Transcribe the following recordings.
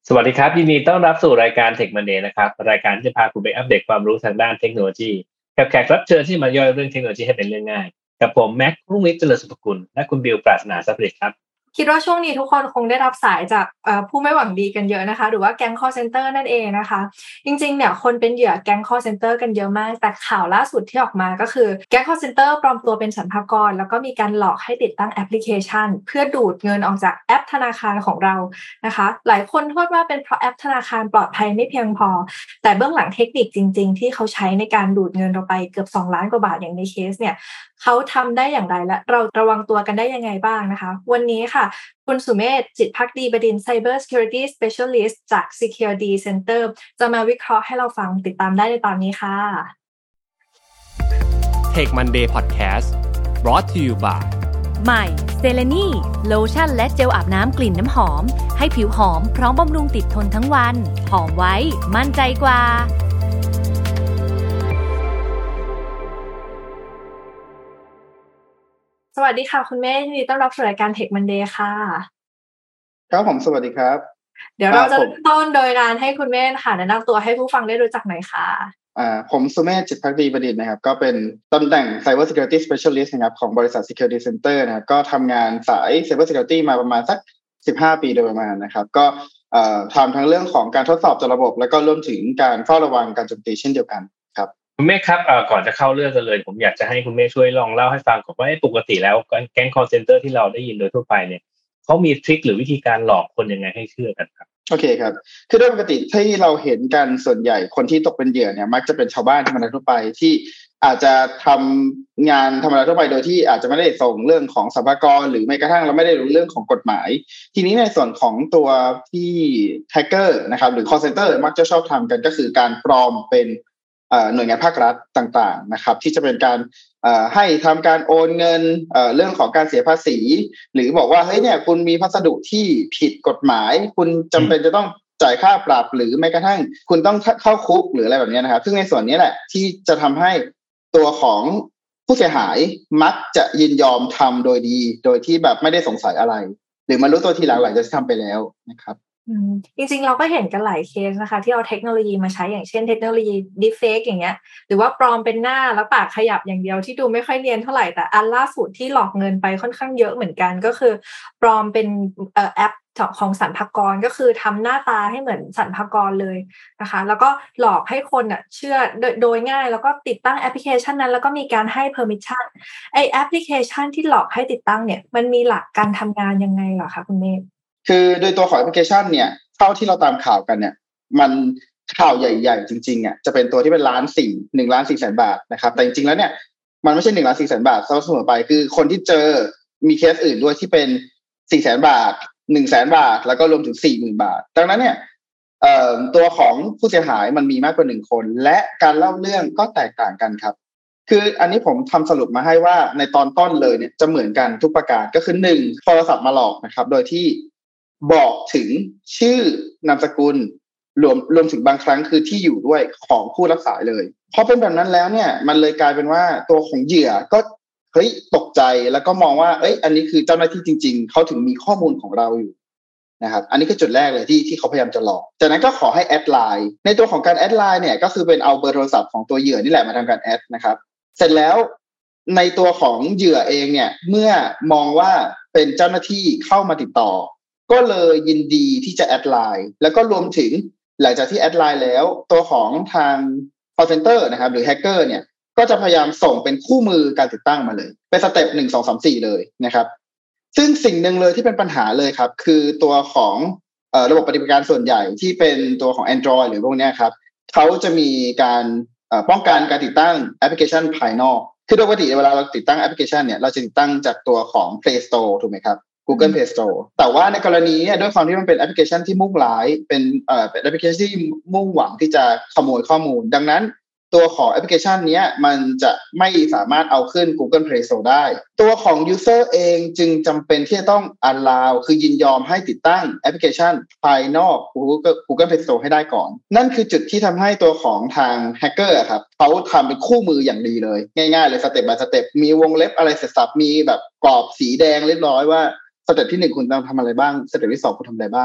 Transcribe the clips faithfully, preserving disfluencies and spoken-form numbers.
สวัสดีครับยินดีต้อนรับสู่รายการ Tech Monday นะครับรายการที่จะพาคุณไปอัปเดตความรู้ทางด้านเทคโนโลยีกับแขกรับเชิญที่มาย่อยเรื่องเทคโนโลยีให้เป็นเรื่องง่ายกับผมแม็กรุ่งฤทธิ์เจริญสุภกุลและคุณบิวปราศนาทรัพย์ผลิตครับคิดว่าช่วงนี้ทุกคนคงได้รับสายจากผู้ไม่หวังดีกันเยอะนะคะหรือว่าแก๊ง call center นั่นเองนะคะจริงๆเนี่ยคนเป็นเหยื่อแก๊ง call center กันเยอะมากแต่ข่าวล่าสุดที่ออกมาก็คือแก๊ง call center ปลอมตัวเป็นสรรพากรแล้วก็มีการหลอกให้ติดตั้งแอปพลิเคชันเพื่อดูดเงินออกจากแอปธนาคารของเรานะคะหลายคนโทษว่าเป็นเพราะแอปธนาคารปลอดภัยไม่เพียงพอแต่เบื้องหลังเทคนิคจริงๆที่เขาใช้ในการดูดเงินเราไปเกือบสองล้านกว่าบาทอย่างในเคสเนี่ยเขาทำได้อย่างไรและเราระวังตัวกันได้ยังไงบ้างนะคะวันนี้ค่ะคุณสุเมธจิตภักดีบดินทร์ Cyber Security Specialist จาก Security Center จะมาวิเคราะห์ให้เราฟังติดตามได้ในตอนนี้ค่ะ Tech Monday Podcast brought to you by ใหม่เซเลนีโลชั่นและเจลอาบน้ำกลิ่นน้ำหอมให้ผิวหอมพร้อมบำรุงติดทนทั้งวันหอมไว้มั่นใจกว่าสวัสดีค่ะคุณเมธยินดีต้อนรับสู่รายการ Tech Monday ค่ะครับผมสวัสดีครับเดี๋ยวเราจะเริ่มต้นโดยการให้คุณเมธค่ะแนะนำตัวให้ผู้ฟังได้รู้จักหน่อยค่ะอ่าผมสุเมธจิตภักดีบดินทร์นะครับก็เป็นตำแหน่ง Cyber Security Specialist นะครับของบริษัท Security Center นะครับก็ทำงานสาย Cyber Security มาประมาณสักสิบห้าปีโดยประมาณนะครับก็เอ่อทำทั้งเรื่องของการทดสอบตัวระบบแล้วก็รวมถึงการเฝ้าระวังการโจมตีเช่นเดียวกันครับคุณเมฆครับเอ่อก่อนจะเข้าเรื่องกันเลยผมอยากจะให้คุณเมฆช่วยลองเล่าให้ฟังก่อนว่าปกติแล้วแก๊ง call center ที่เราได้ยินโดยทั่วไปเนี่ยเขามีทริคหรือวิธีการหลอกคนยังไงให้เชื่อกันครับโอเคครับคือโดยปกติที่เราเห็นกันส่วนใหญ่คนที่ตกเป็นเหยื่อเนี่ยมักจะเป็นชาวบ้านธรรมดาทั่วไปที่อาจจะทำงานธรรมดาทั่วไปโดยที่อาจจะไม่ได้ส่งเรื่องของสรรพากรหรือแม้กระทั่งเราไม่ได้รู้เรื่องของกฎหมายทีนี้ในส่วนของตัวที่แฮกเกอร์นะครับหรือ call center มักจะชอบทำกันก็คือการปลอมเป็นหน่วยงานภาครัฐต่างๆนะครับที่จะเป็นการให้ทำการโอนเงินเรื่องของการเสียภาษีหรือบอกว่าเฮ้ยเนี่ยคุณมีพัสดุที่ผิดกฎหมายคุณจำเป็นจะต้องจ่ายค่าปรับหรือแม้กระทั่งคุณต้องเข้าคุกหรืออะไรแบบนี้นะครับซึ่งในส่วนนี้แหละที่จะทำให้ตัวของผู้เสียหายมักจะยินยอมทำโดยดีโดยที่แบบไม่ได้สงสัยอะไรหรือมารู้ตัวทีหลังหลังจากที่ทำไปแล้วนะครับจริงๆเราก็เห็นกันหลายเคสนะคะที่เอาเทคโนโลยีมาใช้อย่างเช่นเทคโนโลยี deepfake อย่างเงี้ยหรือว่าปลอมเป็นหน้าแล้วปากขยับอย่างเดียวที่ดูไม่ค่อยเนียนเท่าไหร่แต่อันล่าสุดที่หลอกเงินไปค่อนข้างเยอะเหมือนกันก็คือปลอมเป็นเอ่อแอปของสรรพากรก็คือทำหน้าตาให้เหมือนสรรพากรเลยนะคะแล้วก็หลอกให้คนอ่ะเชื่อโดยง่ายแล้วก็ติดตั้งแอปพลิเคชันนั้นแล้วก็มีการให้ permission ไอแอปพลิเคชันที่หลอกให้ติดตั้งเนี่ยมันมีหลักการทำงานยังไงเหรอคะคุณเมธคือโดยตัวของแอปพลิเคชันเนี่ยเท่าที่เราตามข่าวกันเนี่ยมันข่าวใหญ่ๆจริงๆอ่ะจะเป็นตัวที่เป็นล้านสี่หนึ่งล้านสี่แสนบาทนะครับแต่จริงๆแล้วเนี่ยมันไม่ใช่หนึ่งล้านสี่แสนบาทเสมอไปคือคนที่เจอมีเคสอื่นด้วยที่เป็นสี่แสนบาทหนึ่งแสนบาทแล้วก็รวมถึงสี่หมื่นบาทดังนั้นเนี่ยเอ่อตัวของผู้เสียหายมันมีมากกว่าหนึ่งคนและการเล่าเรื่องก็แตกต่างกันครับคืออันนี้ผมทำสรุปมาให้ว่าในตอนต้นเลยเนี่ยจะเหมือนกันทุกประการก็คือหนึ่งโทรศัพท์มาหลอกนะครับโดยที่บอกถึงชื่อนามสกุลรวมรวมถึงบางครั้งคือที่อยู่ด้วยของผู้รับสายเลยพอเป็นแบบนั้นแล้วเนี่ยมันเลยกลายเป็นว่าตัวของเหยื่อก็เฮ้ยตกใจแล้วก็มองว่าเอ้ยอันนี้คือเจ้าหน้าที่จริงๆเขาถึงมีข้อมูลของเราอยู่นะครับอันนี้คือจุดแรกเลยที่ที่เขาพยายามจะหลอกจากนั้นก็ขอให้แอดไลน์ในตัวของการแอดไลน์เนี่ยก็คือเป็นเอาเบอร์โทรศัพท์ของตัวเหยื่อนี่แหละมาทำการแอดนะครับเสร็จแล้วในตัวของเหยื่อเองเนี่ยเมื่อมองว่าเป็นเจ้าหน้าที่เข้ามาติดต่อก็เลยยินดีที่จะแอดไลน์แล้วก็รวมถึงหลังจากที่แอดไลน์แล้วตัวของทาง call center นะครับหรือแฮกเกอร์เนี่ยก็จะพยายามส่งเป็นคู่มือการติดตั้งมาเลยเป็นสเต็ปหนึ่ง สอง สาม สี่เลยนะครับซึ่งสิ่งหนึ่งเลยที่เป็นปัญหาเลยครับคือตัวของเอ่อระบบปฏิบัติการส่วนใหญ่ที่เป็นตัวของ Android หรือพวกนี้ครับเขาจะมีการเอ่อป้องกันการติดตั้งแอปพลิเคชันภายนอกคือโดยปกติเวลาเราติดตั้งแอปพลิเคชันเนี่ยเราจะติดตั้งจากตัวของ Play Store ถูกไหมครับGoogle Play Store แต่ว่าในกรณีนี้ด้วยความที่มันเป็นแอปพลิเคชันที่มุ่งร้ายเป็นเอ่อเป็นแอปพลิเคชันที่มุ่งหวังที่จะขโมยข้อมูลดังนั้นตัวของแอปพลิเคชันนี้มันจะไม่สามารถเอาขึ้น Google Play Store ได้ตัวของ user เองจึงจำเป็นที่จะต้อง allow คือยินยอมให้ติดตั้งแอปพลิเคชันภายนอก Google, Google Play Store ให้ได้ก่อนนั่นคือจุดที่ทำให้ตัวของทางแฮกเกอร์ครับเขาทำเป็นคู่มืออย่างดีเลยง่ายๆเลยสเต็ป by สเต็ปมีวงเล็บอะไรเสร็จสับมีแบบกรอบสีแดงเรียบร้อยว่าสเต็ปที่หนึ่งคุณต้องทำอะไรบ้างสเต็ปที่สองคุณทำอะไรบ้าง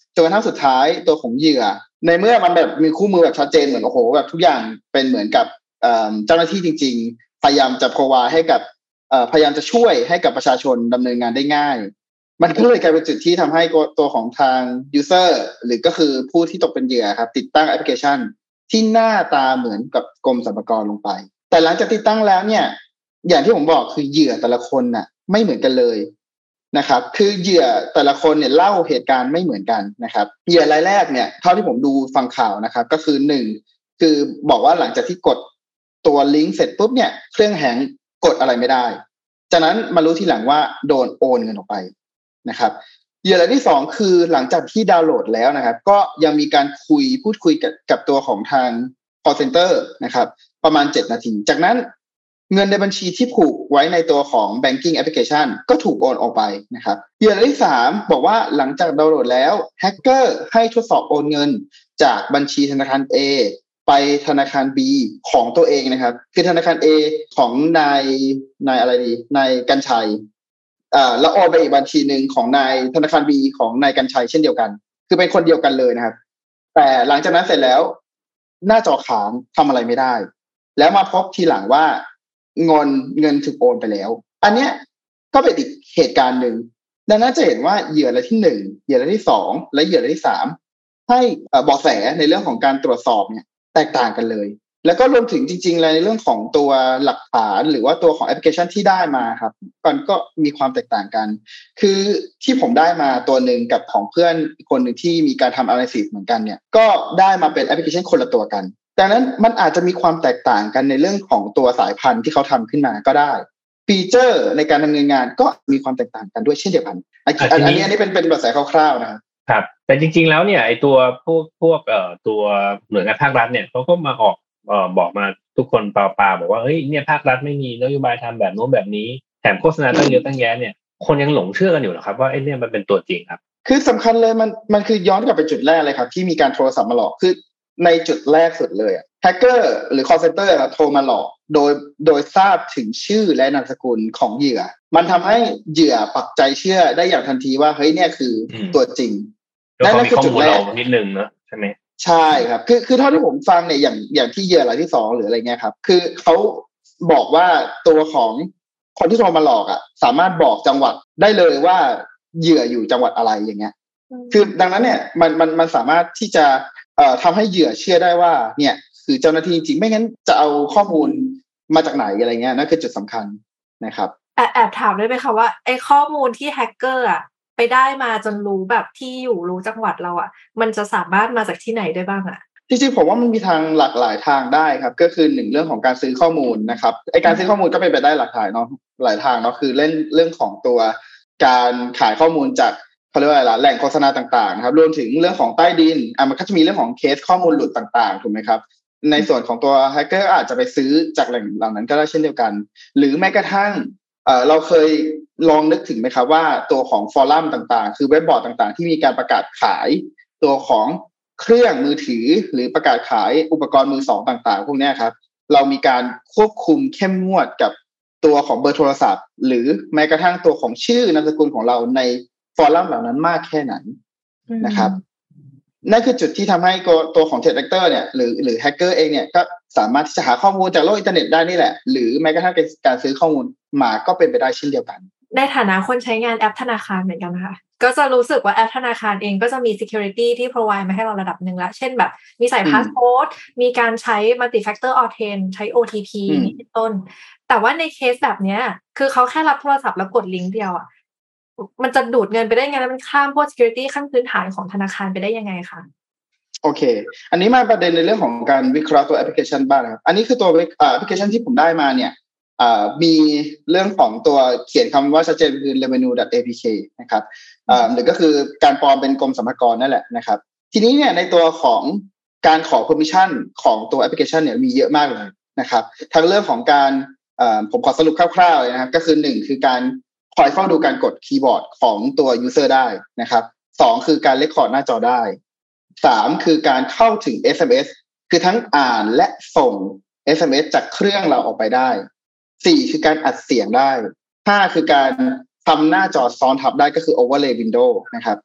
จนกระทั่งสุดท้ายตัวของเหยื่อในเมื่อมันแบบมีคู่มือแบบชัดเจนเหมือนโอ้โหแบบทุกอย่างเป็นเหมือนกับเจ้าหน้าที่จริงๆพยายามจะ provide ให้กับพยายามจะช่วยให้กับประชาชนดำเนินงานได้ง่ายมันก็เลยกลายเป็นจุดที่ทำให้ตัวของทาง user หรือก็คือผู้ที่ตกเป็นเหยื่อครับติดตั้งแอปพลิเคชันที่หน้าตาเหมือนกับกรมสรรพากรลงไปแต่หลังจากติดตั้งแล้วเนี่ยอย่างที่ผมบอกคือเหยื่อแต่ละคนน่ะไม่เหมือนกันเลยนะครับคือเหยื่อแต่ละคนเนี่ยเล่าเหตุการณ์ไม่เหมือนกันนะครับเหยื่อรายแรกเนี่ยเท่าที่ผมดูฟังข่าวนะครับก็คือหนึ่งคือบอกว่าหลังจากที่กดตัวลิงก์เสร็จปุ๊บเนี่ยเครื่องแฮงก์กดอะไรไม่ได้จากนั้นมารู้ทีหลังว่าโดนโอนเงินออกไปนะครับเหยื่อรายที่สองคือหลังจากที่ดาวน์โหลดแล้วนะครับก็ยังมีการคุยพูดคุยกับกับตัวของทาง call center นะครับประมาณเจ็ดนาทีจากนั้นเงินในบัญชีที่ผูกไว้ในตัวของ banking application ก็ถูกโอนออกไปนะครับเหยื่อรายที่สามบอกว่าหลังจากดาวน์โหลดแล้วแฮกเกอร์ให้ทดสอบโอนเงินจากบัญชีธนาคาร A ไปธนาคาร B ของตัวเองนะครับคือธนาคาร A ของนายนายอะไรดีนายกัญชัยอ่าแล้วโอนไปอีกบัญชีนึงของนายธนาคาร B ของนายกัญชัยเช่นเดียวกันคือเป็นคนเดียวกันเลยนะครับแต่หลังจากนั้นเสร็จแล้วหน้าจอค้างทำอะไรไม่ได้แล้วมาพบทีหลังว่าเงินเงินถูกโอนไปแล้วอันเนี้ยก็เป็นอีกเหตุการณ์หนึ่งดังนั้นจะเห็นว่าเหยื่อรายที่หนึ่งเหยื่อรายที่สองและเหยื่อรายที่สามให้เบาะแสในเรื่องของการตรวจสอบเนี่ยแตกต่างกันเลยแล้วก็รวมถึงจริงๆในเรื่องของตัวหลักฐานหรือว่าตัวของแอปพลิเคชันที่ได้มาครับก่อนก็มีความแตกต่างกันคือที่ผมได้มาตัวหนึ่งกับของเพื่อนอีกคนหนึ่งที่มีการทำ analysis เหมือนกันเนี่ยก็ได้มาเป็นแอปพลิเคชันคนละตัวกันดังนั้นมันอาจจะมีความแตกต่างกันในเรื่องของตัวสายพันธุ์ที่เขาทำขึ้นมาก็ได้ฟีเจอร์ในการดำเนินงานก็มีความแตกต่างกันด้วยเช่นเดียวกันอันนี้อันนี้เป็นเป็นภาษาคร่าวๆนะครับครับแต่จริงๆแล้วเนี่ยไอตัวพวกพวกเอ่อตัวหน่วยงานภาครัฐเนี่ยเขาก็มาออกเอ่อบอกมาทุกคนเปล่าๆบอกว่าเฮ้ยเนี่ยภาครัฐไม่มีนโยบายทำแบบโน้นแบบนี้แถมโฆษณาตั้งเยอะตั้งแยะเนี่ยคนยังหลงเชื่อกันอยู่หรอครับว่าไอ้เนี่ยมันเป็นตัวจริงครับคือสำคัญเลยมันมันคือย้อนกลับไปจุดแรกเลยครับที่มีการโทรศัพท์มาหลอกคือในจุดแรกสุดเลยอะแฮกเกอร์หรือ call center โทรมาหลอกโดยโดยทราบถึงชื่อและนามสกุลของเหยื่อมันทำให้เหยื่อปักใจเชื่อได้อย่างทันทีว่าเฮ้ยเนี่ยคือตัวจริงนั่นคือจุดแรกนิดนึงเนอะใช่ไหมใช่ครับคือคือเท่าที่ผมฟังเนี่ยอย่างอย่างที่เหยื่อรายที่สองหรืออะไรเงี้ยครับคือเขาบอกว่าตัวของคนที่โทรมาหลอกอ่ะสามารถบอกจังหวัดได้เลยว่าเหยื่ออยู่จังหวัดอะไรอย่างเงี้ยคือดังนั้นเนี่ยมันมันมันสามารถที่จะเอ่อทำให้เหยื่อเชื่อได้ว่าเนี่ยคือเจ้าหน้าที่จริงไม่งั้นจะเอาข้อมูลมาจากไหนอะไรเงี้ยนั่นคือจุดสำคัญนะครับแอบแอบถามได้ไหมคะว่าไอ้ข้อมูลที่แฮกเกอร์อ่ะไปได้มาจนรู้แบบที่อยู่รู้จังหวัดเราอ่ะมันจะสามารถมาจากที่ไหนได้บ้างอ่ะจริงๆผมว่ามันมีทางหลากหลายทางได้ครับก็คือหนึ่งเรื่องของการซื้อข้อมูลนะครับไอ้การซื้อข้อมูลก็เป็นไปได้หลากหลายเนาะหลายทางเนาะคือเล่นเรื่องของตัวการขายข้อมูลจากเขาเรียกว่าอะไรล่ะแหล่งโฆษณาต่างๆนะครับรวมถึงเรื่องของใต้ดินอ่ะมันก็จะมีเรื่องของเคสข้อมูลหลุดต่างๆถูกไหมครับในส่วนของตัวแฮกเกอร์อาจจะไปซื้อจากแหล่งเหล่านั้นก็ได้เช่นเดียวกันหรือแม้กระทั่งเอ่อเราเคยลองนึกถึงไหมครับว่าตัวของฟอรัมต่างๆคือเว็บบอร์ดต่างๆที่มีการประกาศขายตัวของเครื่องมือถือหรือประกาศขายอุปกรณ์มือสองต่างๆพวกนี้ครับเรามีการควบคุมเข้มงวดกับตัวของเบอร์โทรศัพท์หรือแม้กระทั่งตัวของชื่อนามสกุลของเราในฟอรัมเหล่านั้นมากแค่ไหนนะครับนั่นคือจุดที่ทำให้ตัวของ Threat Actor เนี่ยหรือหรือแฮกเกอร์เองเนี่ยก็สามารถที่จะหาข้อมูลจากโลกอินเทอร์เน็ตได้นี่แหละหรือแม้กระทั่งการซื้อข้อมูลมาก็เป็นไปได้เช่นเดียวกันในฐานะคนใช้งานแอปธนาคารเหมือนกันนะคะก็จะรู้สึกว่าแอปธนาคารเองก็จะมี security ที่ provide มาให้เราระดับหนึ่งแล้วเช่นแบบมีใส่ passcode มีการใช้ multi factor authent ใช้ โอ ที พี นี่เป็นต้นแต่ว่าในเคสแบบเนี้ยคือเขาแค่รับโทรศัพท์แล้วกดลิงก์เดียวอ่ะมันจะดูดเงินไปได้ไงแล้วมันข้ามพวก security ขั้นพื้นฐานของธนาคารไปได้ยังไงคะโอเคอันนี้มาประเด็นในเรื่องของการวิเคราะห์ตัวแอปพลิเคชันบ้างครับอันนี้คือตัวแอปพลิเคชันที่ผมได้มาเนี่ยมีเรื่องของตัวเขียนคำว่าชัดเจนคือ revenue ดอท เอ พี เค นะครับหรือก็คือการปลอมเป็นกรมสรรพากรนั่นแหละนะครับทีนี้เนี่ยในตัวของการขอ permission ของตัวแอปพลิเคชันเนี่ยมีเยอะมากเลยนะครับทั้งเรื่องของการผมขอสรุปคร่าวๆเลยนะครับก็คือหนึ่งคือการคอยเฝ้าดูการกดคีย์บอร์ดของตัว user ได้นะครับสองคือการเรคคอร์ดหน้าจอได้สามคือการเข้าถึง เอส เอ็ม เอส คือทั้งอ่านและส่ง เอส เอ็ม เอส จากเครื่องเราออกไปได้สี่คือการอัดเสียงได้ห้าคือการทำหน้าจอซ้อนทับได้ก็คือ overlay window นะครับ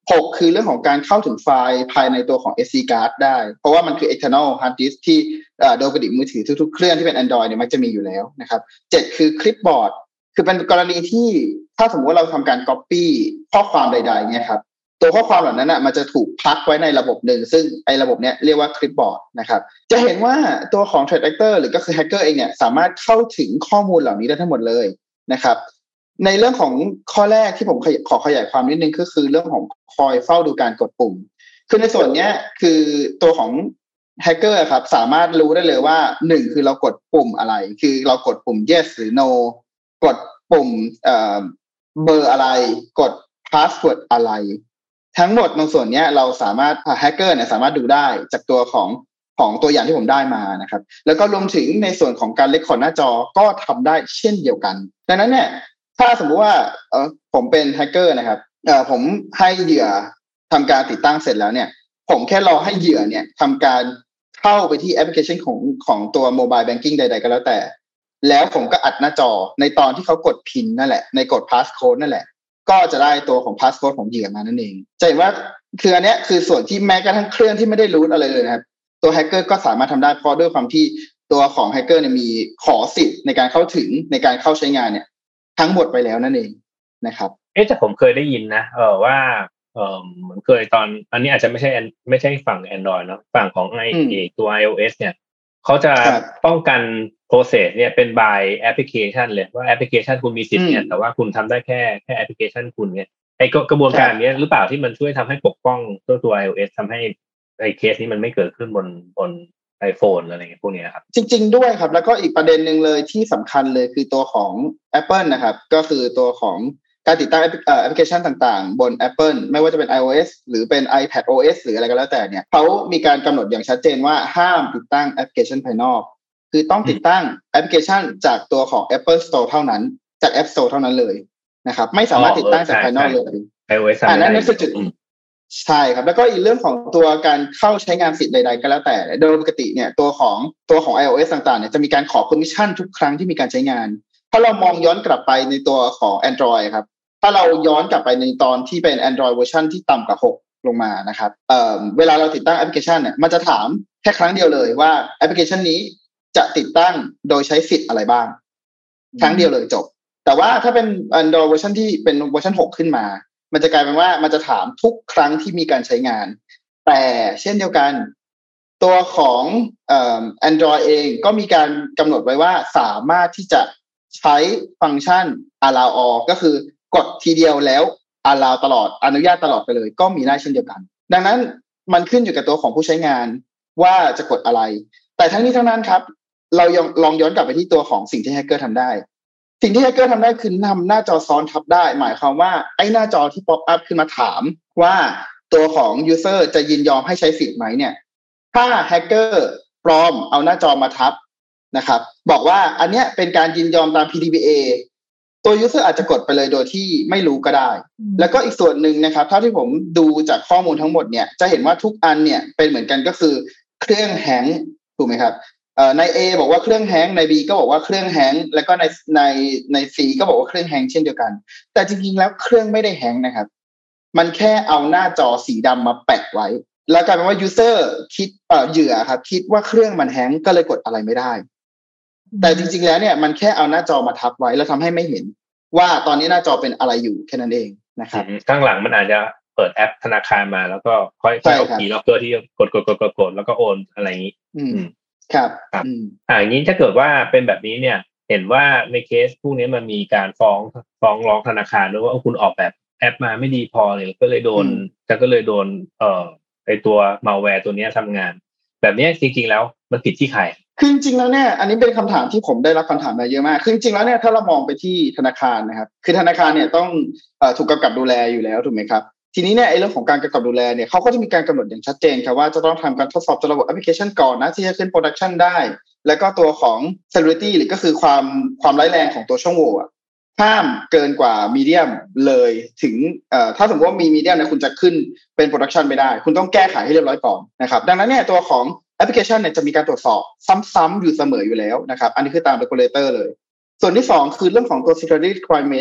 หกคือเรื่องของการเข้าถึงไฟล์ภายในตัวของ เอส ดี card ได้เพราะว่ามันคือ external hard disk ที่โดยปกติมือถือทุกๆเครื่องที่เป็น Android เนี่ยมันจะมีอยู่แล้วนะครับเจ็ดคือ clipboard คือเป็นกรณีที่ถ้าสมมติว่าเราทำการ copy ข้อความใดๆเนี่ยครับตัวข้อความเหล่านั้นนะมันจะถูกพักไว้ในระบบหนึ่งซึ่งไอ้ระบบเนี้ยเรียกว่า clipboard นะครับจะเห็นว่าตัวของ threat actor หรือก็คือ hacker เองเนี่ยสามารถเข้าถึงข้อมูลเหล่านี้ได้ทั้งหมดเลยนะครับในเรื่องของข้อแรกที่ผมขอขยายความนิดนึงก็คือเรื่องของคอยเฝ้าดูการกดปุ่มคือในส่วนเนี้ยคือตัวของแฮกเกอร์ครับสามารถรู้ได้เลยว่าหนึ่งคือเรากดปุ่มอะไรคือเรากดปุ่ม yes หรือ no กดปุ่มเอ่อเบอร์อะไรกด password อะไรทั้งหมดในส่วนนี้เราสามารถแฮกเกอร์เนี่ยสามารถดูได้จากตัวของของตัวอย่างที่ผมได้มานะครับแล้วก็รวมถึงในส่วนของการเรคคอร์ดหน้าจอก็ทำได้เช่นเดียวกันดังนั้นเนี่ยถ้าสมมุติว่าเออผมเป็นแฮกเกอร์นะครับเออผมให้เหยื่อทำการติดตั้งเสร็จแล้วเนี่ยผมแค่รอให้เหยื่อเนี่ยทำการเข้าไปที่แอปพลิเคชันของของตัวโมบายแบงกิ้งใดๆก็แล้วแต่แล้วผมก็อัดหน้าจอในตอนที่เขากดพินนั่นแหละในกดพาสโค้ดนั่นแหละก็จะได้ตัวของพาสโค้ดของเหยื่อมานั่นเองจะเห็นว่าคืออันเนี้ยคือส่วนที่แม้กระทั่งเครื่องที่ไม่ได้รูทอะไรเลยนะครับตัวแฮกเกอร์ก็สามารถทำได้เพราะด้วยความที่ตัวของแฮกเกอร์เนี่ยมีขอสิทธิ์ในการเข้าถึงในการเข้าใช้งานเนี่ยทั้งหมดไปแล้วนั่นเองนะครับเอ๊ะแต่ผมเคยได้ยินนะเออว่าเออเหมือนเคยตอนอันนี้อาจจะไม่ใช่ไม่ใช่ฝั่ง Android เนาะฝั่งของไอตัว iOS เนี่ยเขาจะป้องกัน process เนี่ยเป็น by application เลยว่าแอปพลิเคชันคุณมีสิทธิ์เนี่ยแต่ว่าคุณทำได้แค่แค่แอปพลิเคชันคุณเนี่ยไอ้กระบวนการนี้หรือเปล่าที่มันช่วยทำให้ปกป้องตัวตัว iOS ทำให้ไอ้เคสนี้มันไม่เกิดขึ้นบนบน iPhone อะไรเงี้ยพวกนี้ครับจริงๆด้วยครับแล้วก็อีกประเด็นหนึ่งเลยที่สำคัญเลยคือตัวของ Apple นะครับก็คือตัวของการติดตั้งแอปพลิเคชันต่างๆบน Apple ไม่ว่าจะเป็น iOS หรือเป็น iPadOS หรืออะไรก็แล้วแต่เนี่ยเขามีการกำหนดอย่างชัดเจนว่าห้ามติดตั้งแอปพลิเคชันภายนอกคือต้องติดตั้งแอปพลิเคชันจากตัวของ Apple Store เท่านั้นจาก App Store เท่านั้นเลยนะครับไม่สามารถติดตั้งจากภายนอกเลย iOS อันนั้นคือจุดใช่ครับแล้วก็อีกเรื่องของตัวการเข้าใช้งานสิทธิ์ใดๆก็แล้วแต่โดยปกติเนี่ยตัวของตัวของ iOS ต่างๆเนี่ยจะมีการขอ permission ทุกครั้งที่มีการใช้งานถ้าเรามองย้อนกลับไปในตัวของ Android ครับถ้าเราย้อนกลับไปในตอนที่เป็น Android เวอร์ชันที่ต่ำกว่าหกลงมานะครับเอ่อเวลาเราติดตั้งแอปพลิเคชันเนี่ยมันจะถามแค่ครั้งเดียวเลยว่าแอปพลิเคชันนี้จะติดตั้งโดยใช้สิทธิ์อะไรบ้างครั้งเดียวเลยจบแต่ว่าถ้าเป็น Android เวอร์ชันที่เป็นเวอร์ชันหกขึ้นมามันจะกลายเป็นว่ามันจะถามทุกครั้งที่มีการใช้งานแต่เช่นเดียวกันตัวของเอ่อ Android เองก็มีการกำหนดไว้ว่าสามารถที่จะใช้ฟังก์ชัน allow all ก็คือกดทีเดียวแล้ว allow ตลอดอนุญาตตลอดไปเลยก็มีได้เช่นเดียวกันดังนั้นมันขึ้นอยู่กับตัวของผู้ใช้งานว่าจะกดอะไรแต่ทั้งนี้ทั้งนั้นครับเราลองย้อนกลับไปที่ตัวของสิ่งที่แฮกเกอร์ทำได้สิ่งที่แฮกเกอร์ทำได้คือนำหน้าจอซ้อนทับได้หมายความว่าไอ้หน้าจอที่ป๊อปอัพขึ้นมาถามว่าตัวของยูเซอร์จะยินยอมให้ใช้สิทธิ์ไหมเนี่ยถ้าแฮกเกอร์ปลอมเอาหน้าจอมาทับนะครับบอกว่าอันเนี้ยเป็นการยินยอมตาม พี ดี บี เอ ตัวยูเซอร์อาจจะกดไปเลยโดยที่ไม่รู้ก็ได้แล้วก็อีกส่วนหนึ่งนะครับเท่าที่ผมดูจากข้อมูลทั้งหมดเนี่ยจะเห็นว่าทุกอันเนี่ยเป็นเหมือนกันก็คือเครื่องแฮงก์ถูกไหมครับใน A บอกว่าเครื่องแฮงก์ใน B ก็บอกว่าเครื่องแฮงก์แล้วก็ในในใน C ก็บอกว่าเครื่องแฮงก์เช่นเดียวกันแต่จริงๆแล้วเครื่องไม่ได้แฮงก์นะครับมันแค่เอาหน้าจอสีดำมาแปะไว้แล้วกลายเป็นว่ายูเซอร์คิดเอ่อเหยื่อครับคิดว่าเครื่องมันแฮงก์ก็เลยกดอะไรไม่ได้แต่จริงๆแล้วเนี่ยมันแค่เอาหน้าจอมาทับไว้แล้วทำให้ไม่เห็นว่าตอนนี้หน้าจอเป็นอะไรอยู่แค่นั้นเองนะครับข้างหลังมันอาจจะเปิดแอปธนาคารมาแล้วก็ค่อยๆเอาคีย์ล็อกเกอร์ที่กดกดๆๆๆแล้วก็โอนอะไรอย่างนี้ครับครับอ่าอย่างนี้ถ้าเกิดว่าเป็นแบบนี้เนี่ยเห็นว่าในเคสพวกนี้มันมีการฟ้องฟ้องร้องธนาคารด้วยว่าคุณออกแบบแอปมาไม่ดีพอเลยก็เลยโดนจะก็เลยโดนเอ่อไอตัวมัลแวร์ตัวนี้ทำงานแบบนี้จริงๆแล้วมันผิดที่ใครคือจริงๆแล้วเนี่ยอันนี้เป็นคำถามที่ผมได้รับคำถามมาเยอะมากคือจริงๆแล้วเนี่ยถ้าเรามองไปที่ธนาคารนะครับคือธนาคารเนี่ยต้องเอ่อถูกกำกับดูแลอยู่แล้วถูกไหมครับทีนี้เนี่ยไอ้เรื่องของการกำกับดูแลเนี่ยเขาก็จะมีการกำหนดอย่างชัดเจนครับว่าจะต้องทำการทดสอบตัวระบบแอปพลิเคชันก่อนนะที่จะขึ้นโปรดักชันได้แล้วก็ตัวของ security หรือก็คือความความร้ายแรงของตัวช่องโหว่ห้ามเกินกว่ามีเดียมเลยถึงเอ่อถ้าสมมติว่ามีมีเดียมเนี่ยคุณจะขึ้นเป็นโปรดักชันไม่ได้คุณต้องแก้ไขให้เรียบร้อยก่อนนะครับดังนั้นเนี่ยตัวของแอปพลิเคชันเนี่ยจะมีการตรวจสอบซ้ำๆอยู่เสมออยู่แล้วนะครับอันนี้คือตาม regulator เลยส่วนที่สองคือเรื่องของตัว security requirement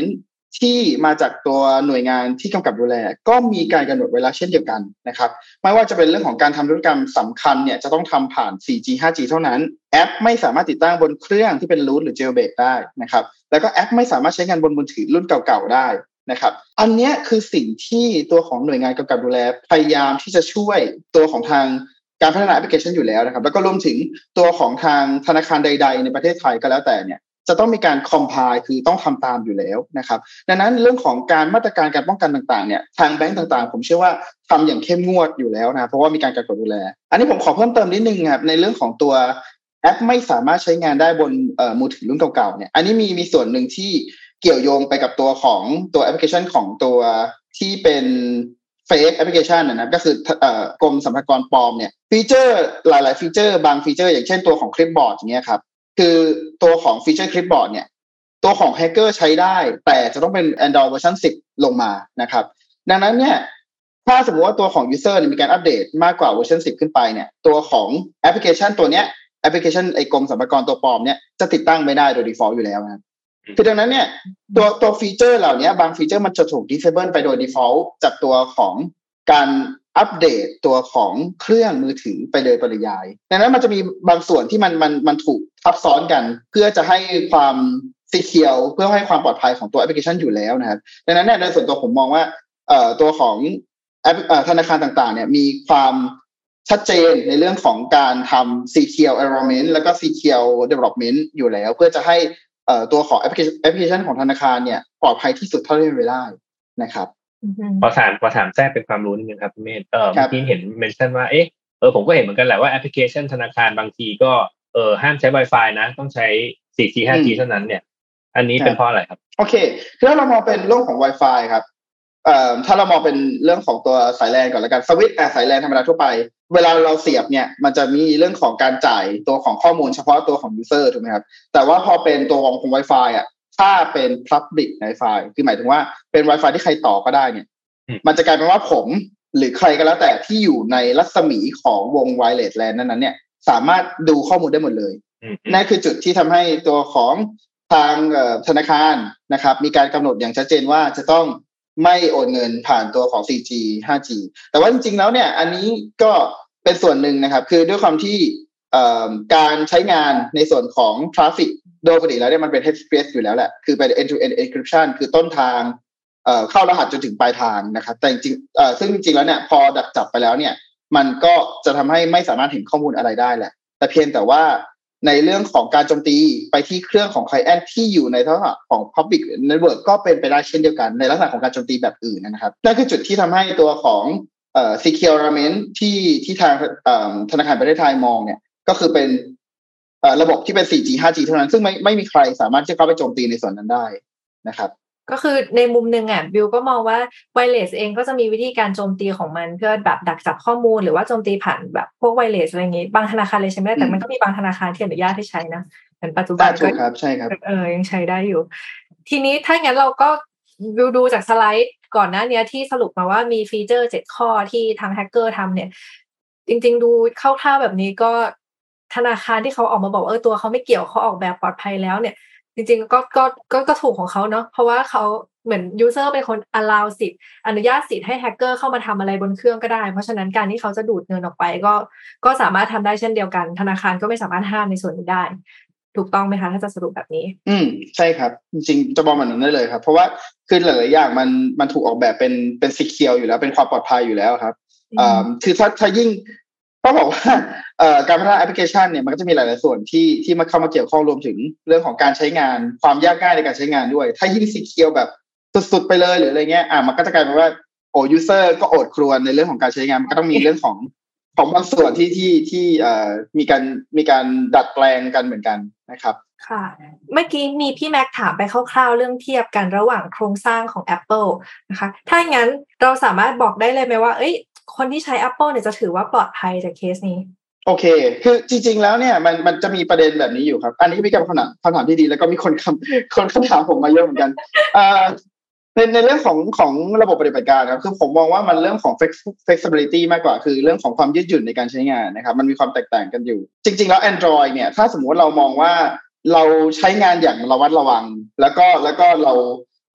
ที่มาจากตัวหน่วยงานที่กำกับดูแลก็มีการกำหนดเวลาเช่นเดียวกันนะครับไม่ว่าจะเป็นเรื่องของการทำธุรกรรมสำคัญเนี่ยจะต้องทำผ่าน โฟร์จี ไฟว์จี เท่านั้นแอปไม่สามารถติดตั้งบนเครื่องที่เป็น root หรือ jailbreak ได้นะครับแล้วก็แอปไม่สามารถใช้งานบนมือถือรุ่นเก่าๆได้นะครับอันนี้คือสิ่งที่ตัวของหน่วยงานกำกับดูแลพยายามที่จะช่วยตัวของทางการพัฒนาแอปพลิเคชันอยู่แล้วนะครับแล้วก็รวมถึงตัวของทางธนาคารใดๆในประเทศไทยก็แล้วแต่เนี่ยจะต้องมีการคอมไพล์คือต้องทำตามอยู่แล้วนะครับดังนั้นเรื่องของการมาตรการการป้องกันต่างๆเนี่ยทางแบงก์ต่างๆผมเชื่อว่าทำอย่างเข้มงวดอยู่แล้วนะเพราะว่ามีการกำกับดูแลอันนี้ผมขอเพิ่มเติมนิดนึงครับในเรื่องของตัวแอปไม่สามารถใช้งานได้บนมือถือรุ่นเก่าๆเนี่ยอันนี้มีมีส่วนหนึ่งที่เกี่ยวโยงไปกับตัวของตัวแอปพลิเคชันของตัวที่เป็นfake application นะครับก็คือเอ่อกรมสรรพากรปลอมเนี่ยฟีเจอร์หลายๆฟีเจอร์บางฟีเจอร์อย่างเช่นตัวของ Clipboard อย่างเงี้ยครับคือตัวของฟีเจอร์ Clipboard เนี่ยตัวของแฮกเกอร์ใช้ได้แต่จะต้องเป็น Android เวอร์ชันสิบลงมานะครับดังนั้นเนี่ยถ้าสมมุติว่าตัวของ user เนี่ยมีการอัปเดตมากกว่าเวอร์ชันสิบขึ้นไปเนี่ยตัวของแอปพลิเคชันตัวเนี้ยแอปพลิเคชันไอ้กรมสรรพากรตัวปลอมเนี่ยจะติดตั้งไม่ได้โดย default อยู่แล้วนะครับคือดังนั้นเนี่ยตัวตัวฟีเจอร์เหล่านี้บางฟีเจอร์มันจะถูก disable ไปโดย default จากตัวของการอัปเดตตัวของเครื่องมือถือไปโดยปริยายดังนั้นมันจะมีบางส่วนที่มันมันมันถูกทับซ้อนกันเพื่อจะให้ความsecure เพื่อให้ความปลอดภัยของตัวแอปพลิเคชันอยู่แล้วนะครับดังนั้นเนี่ยในส่วนตัวผมมองว่าเอ่อตัวของแอปเอ่อธนาคารต่างๆเนี่ยมีความชัดเจนในเรื่องของการทำ secure environment แล้วก็ secure development อยู่แล้วเพื่อจะให้เอ่อตัวของแอปพลิเคชันแอปพลิเคชันของธนาคารเนี่ยปลอดภัยที่สุดเท่าที่เป็นไปได้นะครับพอถามพอถามแทรกเป็นความรู้นิดนึงครับพี่เมธเออเมื่อกี้เห็นเมนชั่นว่าเอ๊ะเออผมก็เห็นเหมือนกันแหละว่าแอปพลิเคชันธนาคารบางทีก็เออห้ามใช้ Wi-Fi นะต้องใช้ โฟร์จี ไฟว์จี เท่านั้นเนี่ยอันนี้เป็นเพราะอะไรครับโอเคคือถ้าเรามองเป็นเรื่องของ Wi-Fi ครับเอ่อถ้าเรามองเป็นเรื่องของตัวสายแลนก่อนแล้วกันสวิตช์อ่ะสายแลนธรรมดาทั่วไปเวลาเราเสียบเนี่ยมันจะมีเรื่องของการจ่ายตัวของข้อมูลเฉพาะตัวของ user ถูกไหมครับแต่ว่าพอเป็นตัวของ Wi-Fi อ่ะถ้าเป็น public Wi-Fi คือหมายถึงว่าเป็น Wi-Fi ที่ใครต่อก็ได้เนี่ยมันจะกลายเป็นว่าผมหรือใครก็แล้วแต่ที่อยู่ในรัศมีของวง wireless LAN นั้นๆเนี่ยสามารถดูข้อมูลได้หมดเลยนั่นคือจุดที่ทำให้ตัวของทางธนาคารนะครับมีการกำหนดอย่างชัดเจนว่าจะต้องไม่โอนเงินผ่านตัวของ โฟร์จี ไฟว์จี แต่ว่าจริงๆแล้วเนี่ยอันนี้ก็เป็นส่วนหนึ่งนะครับคือด้วยความที่การใช้งานในส่วนของ traffic โดยปกติแล้วเนี่ยมันเป็น เอช ที ที พี เอส อยู่แล้วแหละคือเป็น end to end encryption คือต้นทางเอ่อเข้ารหัสจนถึงปลายทางนะครับแต่จริงๆเอ่อซึ่งจริงๆแล้วเนี่ยพอดักจับไปแล้วเนี่ยมันก็จะทำให้ไม่สามารถเห็นข้อมูลอะไรได้แหละแต่เพียงแต่ว่าในเรื่องของการโจมตีไปที่เครื่องของ client ที่อยู่ในลักษณะของ public network ก็เป็นไปได้เช่นเดียวกันในลักษณะของการโจมตีแบบอื่นนะครับนั่นคือจุดที่ทำให้ตัวของเอ่อ securement ที่ที่ทางเอ่อธนาคารประเทศไทยมองเนี่ยก็คือเป็นเอ่อระบบที่เป็น โฟร์จี ไฟว์จี เท่านั้นซึ่งไม่ไม่มีใครสามารถที่จะเข้าไปโจมตีในส่วนนั้นได้นะครับก็คือในมุมนึงอ่ะบิวก็มองว่า wireless เองก็จะมีวิธีการโจมตีของมันเพื่อแบบดักจับข้อมูลหรือว่าโจมตีผ่านแบบพวก wireless อะไรอย่างงี้บางธนาคารเลยใช้ไม่ได้แต่มันก็มีบางธนาคารที่อนุญาตให้ใช้นะเหมือนปัจจุบันก็ครับใช่ครับเออยังใช้ได้อยู่ทีนี้ถ้างั้นเราก็บิวดูจากสไลด์ก่อนหน้านี้ที่สรุปมาว่ามีฟีเจอร์เจ็ดข้อที่ทางแฮกเกอร์ทำเนี่ยจริงๆดูคร่าวๆแบบนี้ก็ธนาคารที่เขาออกมาบอกเออตัวเขาไม่เกี่ยวเขาออกแบบปลอดภัยแล้วเนี่ยจริงๆก็ก็ก็ก็ถูกของเขาเนาะเพราะว่าเขาเหมือน user เป็นคน allow สิทธิ์อนุญาตสิทธิ์ให้แฮกเกอร์เข้ามาทำอะไรบนเครื่องก็ได้เพราะฉะนั้นการที่เขาจะดูดเงินออกไปก็ก็สามารถทำได้เช่นเดียวกันธนาคารก็ไม่สามารถห้ามในส่วนนี้ได้ถูกต้องไหมคะถ้าจะสรุปแบบนี้อืมใช่ครับจริงๆจะบอกมันนั้นได้เลยครับเพราะว่าคือหลายๆอย่างมันมันถูกออกแบบเป็นเป็น secure อยู่แล้วเป็นความปลอดภัยอยู่แล้วครับอ่าคือถ้าถ้ายิ่งก็บอกว่าเอ่อการพัฒนาแอปพลิเคชันเนี่ยมันก็จะมีหลายๆส่วนที่ที่มาเข้ามาเกี่ยวข้องรวมถึงเรื่องของการใช้งานความยากง่ายในการใช้งานด้วยถ้ายิ่ง secure แบบสุดๆไปเลยหรืออะไรเงี้ยอ่ะมันก็จะกลายเป็นว่าโอ้ user ก็โอดครวญในเรื่องของการใช้งานมันก็ต้องมีเรื่องของของบางส่วนที่ที่ที่เอ่อมีการมีการดัดแปลงกันเหมือนกันนะครับค่ะเมื่อกี้มีพี่แม็กถามไปคร่าวๆเรื่องเทียบกันระหว่างโครงสร้างของ Apple นะคะถ้างั้นเราสามารถบอกได้เลยไหมว่าเอ้ยคนที่ใช้ Apple เนี่ยจะถือว่าปลอดภัยจากเคสนี้โอเคคือจริงๆแล้วเนี่ยมันมันจะมีประเด็นแบบนี้อยู่ครับอันนี้มีการคำถามคำถามที่ดีแล้วก็มีคนคำคนคำถามผมมาเยอะเหมือนกันอ่าในในเรื่องของของระบบปฏิบัติการครับคือผมมองว่ามันเรื่องของ flexibility มากกว่าคือเรื่องของความยืดหยุ่นในการใช้งานนะครับมันมีความแตกต่างกันอยู่จริงๆแล้ว Android เนี่ยถ้าสมมุติเรามองว่าเราใช้งานอย่างระมัดระวังแล้วก็แล้วก็เรา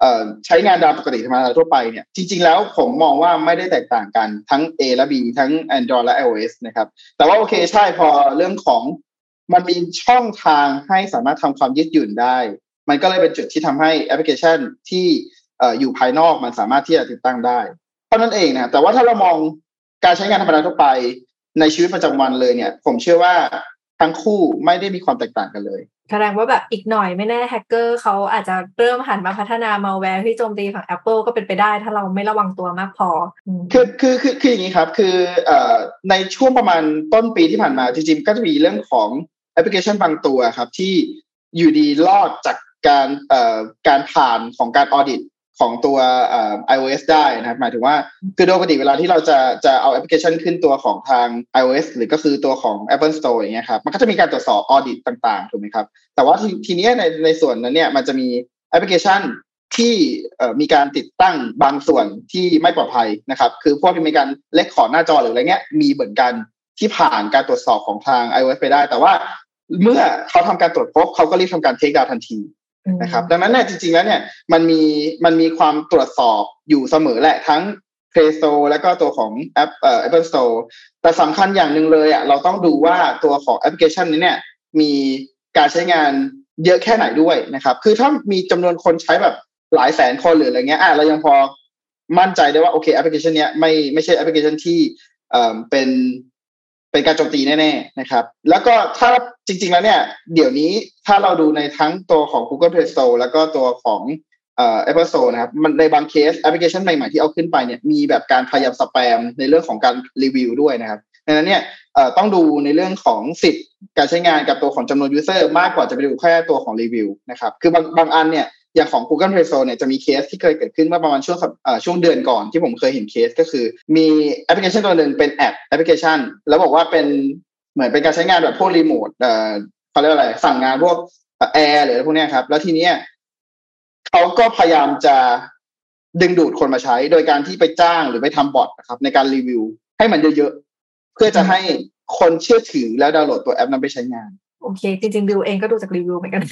เอ่อใช้งานตามปกติธรรมดาทั่วไปเนี่ยจริงๆแล้วผมมองว่าไม่ได้แตกต่างกันทั้ง A และ B ทั้ง Android และ iOS นะครับแต่ว่าโอเคใช่พอเรื่องของมันมีช่องทางให้สามารถทำความยืดหยุ่นได้มันก็เลยเป็นจุดที่ทำให้แอปพลิเคชันที่เอ่ออยู่ภายนอกมันสามารถที่จะติดตั้งได้เท่านั้นเองนะแต่ว่าถ้าเรามองการใช้งานธรรมดาทั่วไปในชีวิตประจำวันเลยเนี่ยผมเชื่อว่าทั้งคู่ไม่ได้มีความแตกต่างกันเลยแสดงว่าแบบอีกหน่อยไม่แน่แฮกเกอร์เขาอาจจะเริ่มหันมาพัฒนามัลแวร์ที่โจมตีฝั่ง Apple ก็เป็นไปได้ถ้าเราไม่ระวังตัวมากพอคือคือคือคืออย่างนี้ครับคือเอ่อในช่วงประมาณต้นปีที่ผ่านมาจริงๆก็จะมีเรื่องของแอปพลิเคชันบางตัวครับที่อยู่ดีรอดจากการเอ่อการผ่านของการออดิตของตัวเอ่อ iOS ได้นะครับหมายถึงว่าคือโดยปกติเวลาที่เราจะจะเอาแอปพลิเคชันขึ้นตัวของทาง iOS หรือก็คือตัวของ Apple Store อย่างเงี้ยครับมันก็จะมีการตรวจสอบออดิตต่างๆถูกไหมครับแต่ว่าทีทีนี้ในในส่วนนั้นเนี่ยมันจะมีแอปพลิเคชันที่เอ่อมีการติดตั้งบางส่วนที่ไม่ปลอดภัยนะครับคือพวกที่มีการเล็กขอหน้าจอหรืออะไรเงี้ยมีเหมือนกันที่ผ่านการตรวจสอบของทาง iOS ไปได้แต่ว่าเมื่อเขาทำการตรวจพบเขาก็รีบทำการเทคดาวน์ทันทีนะครับดังนั้นเนี่ยจริงๆแล้วเนี่ยมันมีมันมีความตรวจสอบอยู่เสมอแหละทั้ง Play Store แล้วก็ตัวของแอปเอ่อ Apple Store แต่สำคัญอย่างหนึ่งเลยอ่ะเราต้องดูว่าตัวของแอปพลิเคชันนี้เนี่ยมีการใช้งานเยอะแค่ไหนด้วยนะครับคือถ้ามีจำนวนคนใช้แบบหลายแสนคนหรืออะไรเงี้ยอ่ะเรายังพอมั่นใจได้ว่าโอเคแอปพลิเคชันเนี้ยไม่ไม่ใช่แอปพลิเคชันที่เอ่อเป็นเป็นการโจมตีแน่ๆนะครับแล้วก็ถ้าจริงๆแล้วเนี่ยเดี๋ยวนี้ถ้าเราดูในทั้งตัวของ Google Play Store แล้วก็ตัวของเอ่อ Apple Store นะครับมันในบางเคสแอปพลิเคชันใหม่ๆที่เอาขึ้นไปเนี่ยมีแบบการพยายามสแปมในเรื่องของการรีวิวด้วยนะครับดังนั้นเนี่ยเอ่อต้องดูในเรื่องของสิทธิ์การใช้งานกับตัวของจำนวนยูเซอร์มากกว่าจะไปดูแค่ตัวของรีวิวนะครับคือบางบางอันเนี่ยอย่างของ Google Play Store เนี่ยจะมีเคสที่เคยเกิดขึ้นเมื่อประมาณช่วงเอ่อช่วงเดือนก่อนที่ผมเคยเห็นเคสก็คือมีแอปพลิเคชันตัวนึงเป็นแอปแอปพลิเคชันแล้วบอกว่าเป็นเหมือนเป็นการใช้งานแบบพวกรีโมทเอ่อเขาเรียกอะไรสั่งงานพวกแอร์หรืออะไรพวกนี้ครับแล้วทีเนี้ยเขาก็พยายามจะดึงดูดคนมาใช้โดยการที่ไปจ้างหรือไปทำบอทนะครับในการรีวิวให้มันเยอะๆเพื่อจะให้คนเชื่อถือแล้วดาวน์โหลดตัวแอปนั้นไปใช้งานโอเคจริงๆบิวเองก็ดูจากรีวิวเหมือนกัน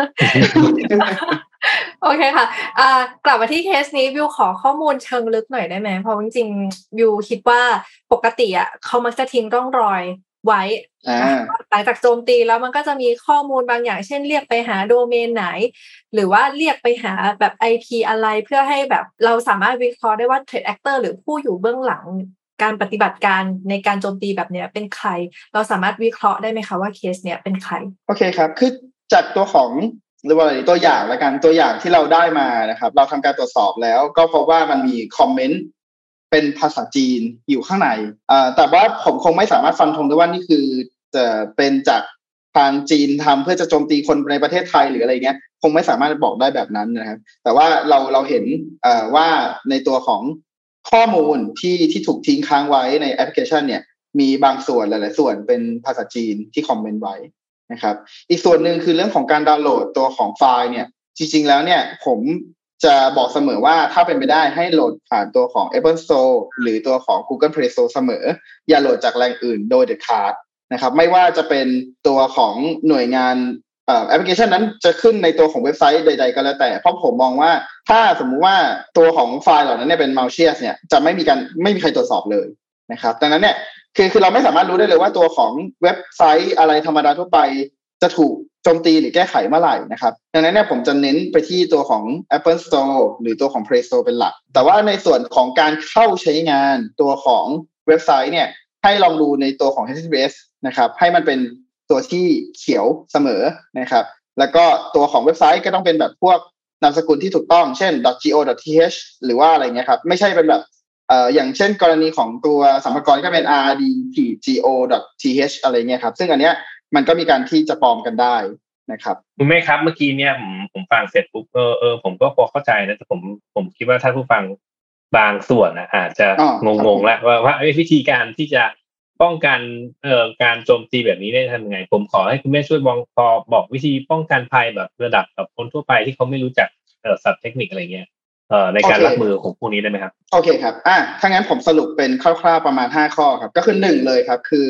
โอเคค่ะอ่ากลับมาที่เคสนี้บิวขอข้อมูลเชิงลึกหน่อยได้ไหมเพราะจริงๆบิวคิดว่าปกติอ่ะเขามักจะทิ้งร่องรอยไว้หลังจากโจมตีแล้วมันก็จะมีข้อมูลบางอย่างเช่นเรียกไปหาโดเมนไหนหรือว่าเรียกไปหาแบบ ไอ พี อะไรเพื่อให้แบบเราสามารถวิเคราะห์ได้ว่า threat actor หรือผู้อยู่เบื้องหลังการปฏิบัติการในการโจมตีแบบเนี้ยเป็นใครเราสามารถวิเคราะห์ได้ไหมคะว่าเคสเนี้ยเป็นใครโอเคครับคือจากตัวของหรือว่าอะไรตัวอย่างละกันตัวอย่างที่เราได้มานะครับเราทำการตรวจสอบแล้วก็พบว่ามันมีคอมเมนต์เป็นภาษาจีนอยู่ข้างในอ่าแต่ว่าผมคงไม่สามารถฟันธงได้ว่านี่คือจะเป็นจากทางจีนทำเพื่อจะโจมตีคนในประเทศไทยหรืออะไรเงี้ยคงไม่สามารถบอกได้แบบนั้นนะครับแต่ว่าเราเราเห็นอ่าว่าในตัวของข้อมูลที่ที่ถูกทิ้งค้างไว้ในแอปพลิเคชันเนี่ยมีบางส่วนหลายๆส่วนเป็นภาษาจีนที่คอมเมนต์ไว้นะครับอีกส่วนหนึ่งคือเรื่องของการดาวน์โหลดตัวของไฟล์เนี่ยจริงๆแล้วเนี่ยผมจะบอกเสมอว่าถ้าเป็นไปได้ให้โหลดผ่านตัวของ Apple Store หรือตัวของ Google Play Store เสมออย่าโหลดจากแหล่งอื่นโดยเด็ดขาดนะครับไม่ว่าจะเป็นตัวของหน่วยงานแอปพลิเคชันนั้นจะขึ้นในตัวของเว็บไซต์ใดๆก็แล้วแต่เพราะผมมองว่าถ้าสมมุติว่าตัวของไฟล์เหล่านั้นเนี่ยเป็น malicious เนี่ยจะไม่มีการไม่มีใครตรวจสอบเลยนะครับดังนั้นเนี่ยคือคือเราไม่สามารถรู้ได้เลยว่าตัวของเว็บไซต์อะไรธรรมดาทั่วไปจะถูกโจมตีหรือแก้ไขเมื่อไหร่นะครับดังนั้นเนี่ยผมจะเน้นไปที่ตัวของ Apple Store หรือตัวของ Play Store เป็นหลักแต่ว่าในส่วนของการเข้าใช้งานตัวของเว็บไซต์เนี่ยให้ลองดูในตัวของ เอช ที ที พี เอส นะครับให้มันเป็นตัวที่เขียวเสมอนะครับแล้วก็ตัวของเว็บไซต์ก็ต้องเป็นแบบพวกนามสกุลที่ถูกต้องเช่น .go.th หรือว่าอะไรเงี้ยครับไม่ใช่เป็นแบบเอ่ออย่างเช่นกรณีของตัวสรรพากรก็เป็น อาร์ ดี จี โอ ที เอช อะไรเงี้ยครับซึ่งอันเนี้ยมันก็มีการที่จะปลอมกันได้นะครับคุณแม่ครับเมื่อกี้เนี่ยผมผมฟังเสร็จปุ๊บเออเออผมก็พอเข้าใจนะแต่ผมผมคิดว่าถ้าผู้ฟังบางส่วนนะอาจจะงงๆแล้วว่าว่าวิธีการที่จะป้องกันเอ่อการโจมตีแบบนี้ได้ทำยังไงผมขอให้คุณแม่ช่วยบอกพอบอกวิธีป้องกันภัยแบบระดับแบบคนทั่วไปที่เขาไม่รู้จักเอ่อศัพท์เทคนิคอะไรเงี้ยเอ่อในการรับมือของพวกนี้ได้ไหมครับโอเคครับอ่ะถ้างั้นผมสรุปเป็นคร่าวๆประมาณห้าข้อครับก็คือหนึ่งเลยครับคือ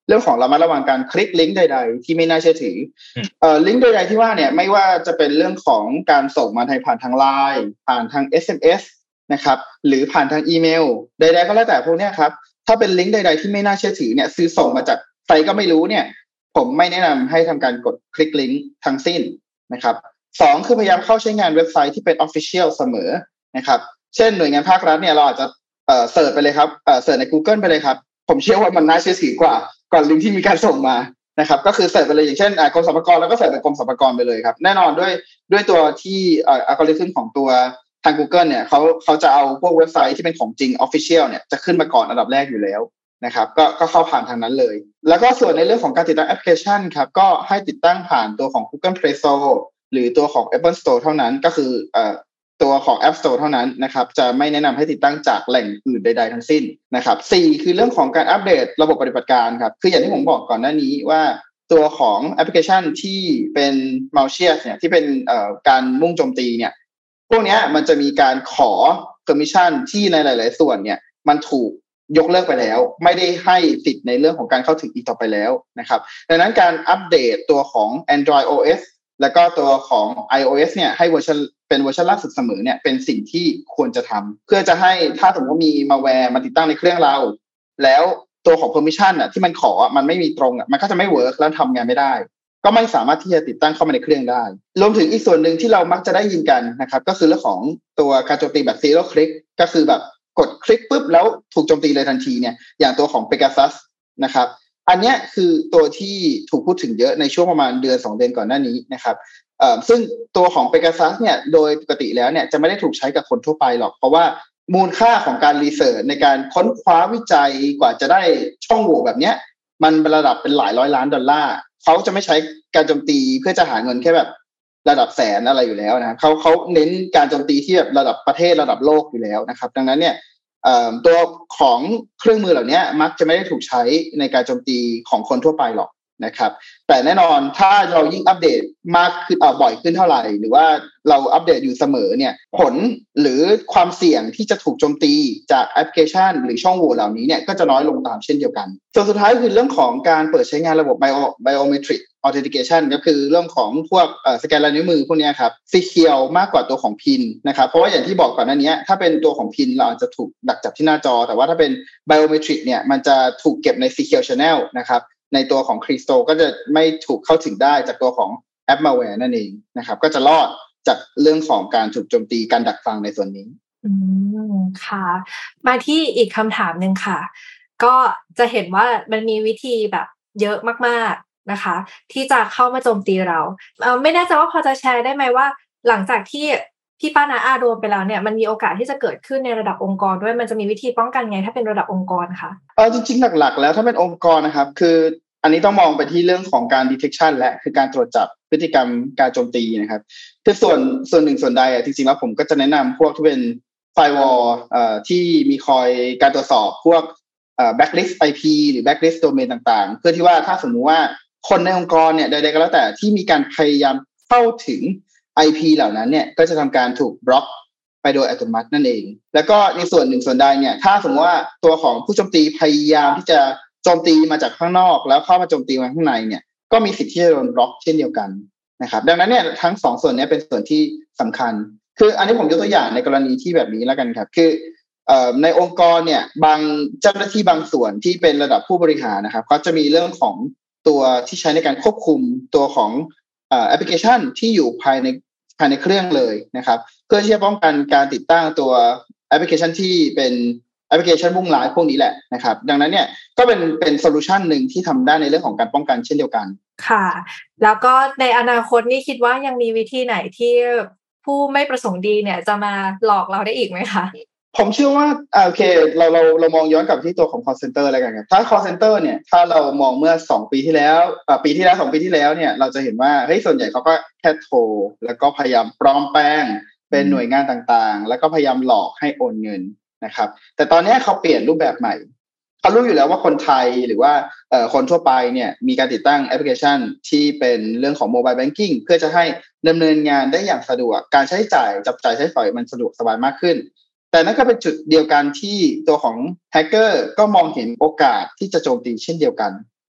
เรื่องของระมัดระวังการคลิกลิงก์ใดๆที่ไม่น่าเชื่อถือเอ่อลิงก์ใดๆที่ว่าเนี่ยไม่ว่าจะเป็นเรื่องของการส่งมาทางผ่านทาง ไลน์ ผ่านทาง เอส เอ็ม เอส นะครับหรือผ่านทางอีเมลใดๆก็แล้วแต่พวกเนี้ยครับถ้าเป็นลิงก์ใดๆที่ไม่น่าเชื่อถือเนี่ยซื้อส่งมาจากใครก็ไม่รู้เนี่ยผมไม่แนะนำให้ทำการกดคลิกลิงก์ทั้งสิ้นนะครับสองคือพยายามเข้าใช้งานเว็บไซต์ที่เป็น official เสมอนะครับเช่นหน่วยงานภาครัฐเนี่ยเราอาจจะเอ่อเสิร์ชไปเลยครับเอ่อเสิร์ชใน Google ไปเลยครับผมเชื่อว่ามันน่าเชื่อถือกว่าก่อนลิงก์ที่มีการส่งมานะครับก็คือเสิร์ชไปเลยอย่างเช่นกรมสรรพากรแล้วก็เสิร์ชเป็นกรมสรรพากรไปเลยครับแน่นอนด้วยด้วยตัวที่เอ่ออัลกอริทึมของตัวทาง Google เนี่ยเขาเขาจะเอาพวกเว็บไซต์ที่เป็นของจริง official เนี่ยจะขึ้นมาก่อนอันดับแรกอยู่แล้วนะครับก็ก็เข้าผ่านทางนั้นเลยแล้วก็ส่วนในเรื่องของการติดตั้งแอปพลิเคชันครับก็ให้ติดตั้งผ่านตัวของ Google Play Store หรือตัวของ Apple Store เท่านั้นก็คือเอ่อตัวของ App Store เท่านั้นนะครับจะไม่แนะนำให้ติดตั้งจากแหล่งอื่นใดๆทั้งสิ้นนะครับสี่คือเรื่องของการอัปเดตระบบปฏิบัติการครับคืออย่างที่ผมบอกก่อนหน้านี้ว่าตัวของแอปพลิเคชันที่เป็น malicious เนี่ยที่เป็นเอ่อการมุ่งโจมตีเนี่ยพวกนี้มันจะมีการขอ permission ที่ในหลายๆส่วนเนี่ยมันถูกยกเลิกไปแล้วไม่ได้ให้สิทธิ์ในเรื่องของการเข้าถึงอีกต่อไปแล้วนะครับดังนั้นการอัปเดตตัวของ Android โอ เอส แล้วก็ตัวของ iOS เนี่ยให้เวอร์ชันเป็นเวอร์ชันล่าสุดเสมอเนี่ยเป็นสิ่งที่ควรจะทำเพื่อจะให้ถ้าสมมติว่ามีมาแวร์มาติดตั้งในเครื่องเราแล้วตัวของ permission อ่ะที่มันขอมันไม่มีตรงอ่ะมันก็จะไม่เวิร์กแล้วทำงานไม่ได้ก็ไม่สามารถที่จะติดตั้งเข้ามาในเครื่องได้รวมถึงอีกส่วนหนึ่งที่เรามักจะได้ยินกันนะครับก็คือเรื่องของตัวการโจมตีแบบ zero click ก็คือแบบกดคลิกปุ๊บแล้วถูกโจมตีเลยทันทีเนี่ยอย่างตัวของ Pegasus นะครับอันเนี้ยคือตัวที่ถูกพูดถึงเยอะในช่วงประมาณเดือนสองเดือนก่อนหน้านี้นะครับเอ่อซึ่งตัวของ Pegasus เนี่ยโดยปกติแล้วเนี่ยจะไม่ได้ถูกใช้กับคนทั่วไปหรอกเพราะว่ามูลค่าของการรีเสิร์ชในการค้นคว้าวิจัยกว่าจะได้ช่องโหว่แบบเนี้ยมันระดับเป็นหลายร้อยล้านดอลลาร์เขาจะไม่ใช้การโจมตีเพื่อจะหาเงินแค่แบบระดับแสนอะไรอยู่แล้วนะเขาเขาเน้นการโจมตีที่แบบระดับประเทศระดับโลกอยู่แล้วนะครับดังนั้นเนี่ยตัวของเครื่องมือเหล่านี้มักจะไม่ได้ถูกใช้ในการโจมตีของคนทั่วไปหรอกนะครับแต่แน่นอนถ้าเรายิ่งอัปเดตมากขึ้นอ่าบ่อยขึ้นเท่าไหร่หรือว่าเราอัปเดตอยู่เสมอเนี่ยผลหรือความเสี่ยงที่จะถูกโจมตีจากแอปพลิเคชันหรือช่องโหว่เหล่านี้เนี่ยก็จะน้อยลงตามเช่นเดียวกันส่วนสุดท้ายคือเรื่องของการเปิดใช้งานระบบ Bio Biometric Authentication ก็คือเรื่องของพวกเอ่อสแกนลายนิ้วมือพวกนี้ครับซีเคียวมากกว่าตัวของพินนะครับเพราะว่าอย่างที่บอกก่อนหน้านี้ถ้าเป็นตัวของพินเราอาจจะถูกดักจับที่หน้าจอแต่ว่าถ้าเป็น Biometric เนี่ยมันจะถูกเก็บใน Secure Channel นะครับในตัวของ Cristo ก็จะไม่ถูกเข้าถึงได้จากตัวของแอป malware นั่นเองนะครับก็จะรอดจากเรื่องของการถูกโจมตีการดักฟังในส่วนนี้อืมค่ะมาที่อีกคำถามนึงค่ะก็จะเห็นว่ามันมีวิธีแบบเยอะมากๆนะคะที่จะเข้ามาโจมตีเราเอ่อไม่แน่ใจว่าพอจะแชร์ได้ไหมว่าหลังจากที่พี่ป้านาอาโดนไปแล้วเนี่ยมันมีโอกาสที่จะเกิดขึ้นในระดับองค์กรด้วยมันจะมีวิธีป้องกันไงถ้าเป็นระดับองค์กรคะเออจริงๆหลักๆแล้วถ้าเป็นองค์กรนะครับคืออันนี้ต้องมองไปที่เรื่องของการ detection และคือการตรวจจับพฤติกรรมการโจมตีนะครับคือส่วนส่วนหนึ่งส่วนใดอ่ะจริงๆแล้วผมก็จะแนะนำพวกที่เป็น firewall เอ่อที่มีคอยการตรวจสอบพวกเอ่อ blacklist ไอ พี หรือ blacklist domain ต่างๆเพื่อที่ว่าถ้าสมมุติว่าคนในองค์กรเนี่ยใดๆก็แล้วแต่ที่มีการพยายามเข้าถึง ไอ พี เหล่านั้นเนี่ยก็จะทำการถูกบล็อกไปโดยอัตโนมัตินั่นเองแล้วก็ในส่วนหนึ่งส่วนใดเนี่ยถ้าสมมติว่าตัวของผู้โจมตีพยายามที่จะโจมตีมาจากข้างนอกแล้วเข้ามาโจมตีมาข้างในเนี่ยก็มีสิทธิ์ที่จะโดนบล็อกเช่นเดียวกันนะครับดังนั้นเนี่ยทั้งสองส่วนนี้เป็นส่วนที่สำคัญคืออันนี้ผมยกตัวอย่างในกรณีที่แบบนี้แล้วกันครับคือเอ่อในองค์กรเนี่ยบางเจ้าหน้าที่บางส่วนที่เป็นระดับผู้บริหารนะครับเขาจะมีเรื่องของตัวที่ใช้ในการควบคุมตัวของเอ่อแอปพลิเคชันที่อยู่ภายในภายในเครื่องเลยนะครับเพื่อที่จะป้องกันการติดตั้งตัวแอปพลิเคชันที่เป็นแอปพลิเคชันมุ่งร้ายพวกนี้แหละนะครับดังนั้นเนี่ยก็เป็นเป็นโซลูชันหนึ่งที่ทำได้ในเรื่องของการป้องกันเช่นเดียวกันค่ะแล้วก็ในอนาคตนี่คิดว่ายังมีวิธีไหนที่ผู้ไม่ประสงค์ดีเนี่ยจะมาหลอกเราได้อีกไหมคะผมเชื่อว่าโอเคเราเราเรามองย้อนกลับที่ตัวของ call center แล้วกันครับถ้า call center เนี่ยถ้าเรามองเมื่อสองปีที่แล้วอ่าปีที่แล้วสองปีที่แล้วเนี่ยเราจะเห็นว่าเฮ้ยส่วนใหญ่เขาก็แค่โทรแล้วก็พยายามปลอมแปลงเป็นหน่วยงานต่างๆแล้วก็พยายามหลอกให้โอนเงินนะครับแต่ตอนนี้เขาเปลี่ยนรูปแบบใหม่เขารู้อยู่แล้วว่าคนไทยหรือว่าเอ่อคนทั่วไปเนี่ยมีการติดตั้งแอปพลิเคชันที่เป็นเรื่องของ mobile banking เพื่อจะให้ดำเนินงานได้อย่างสะดวกการใช้จ่ายจับจ่ายใช้สอยมันสะดวกสบายมากขึ้นแต่นั่นก็เป็นจุดเดียวกันที่ตัวของแฮกเกอร์ก็มองเห็นโอกาสที่จะโจมตีเช่นเดียวกัน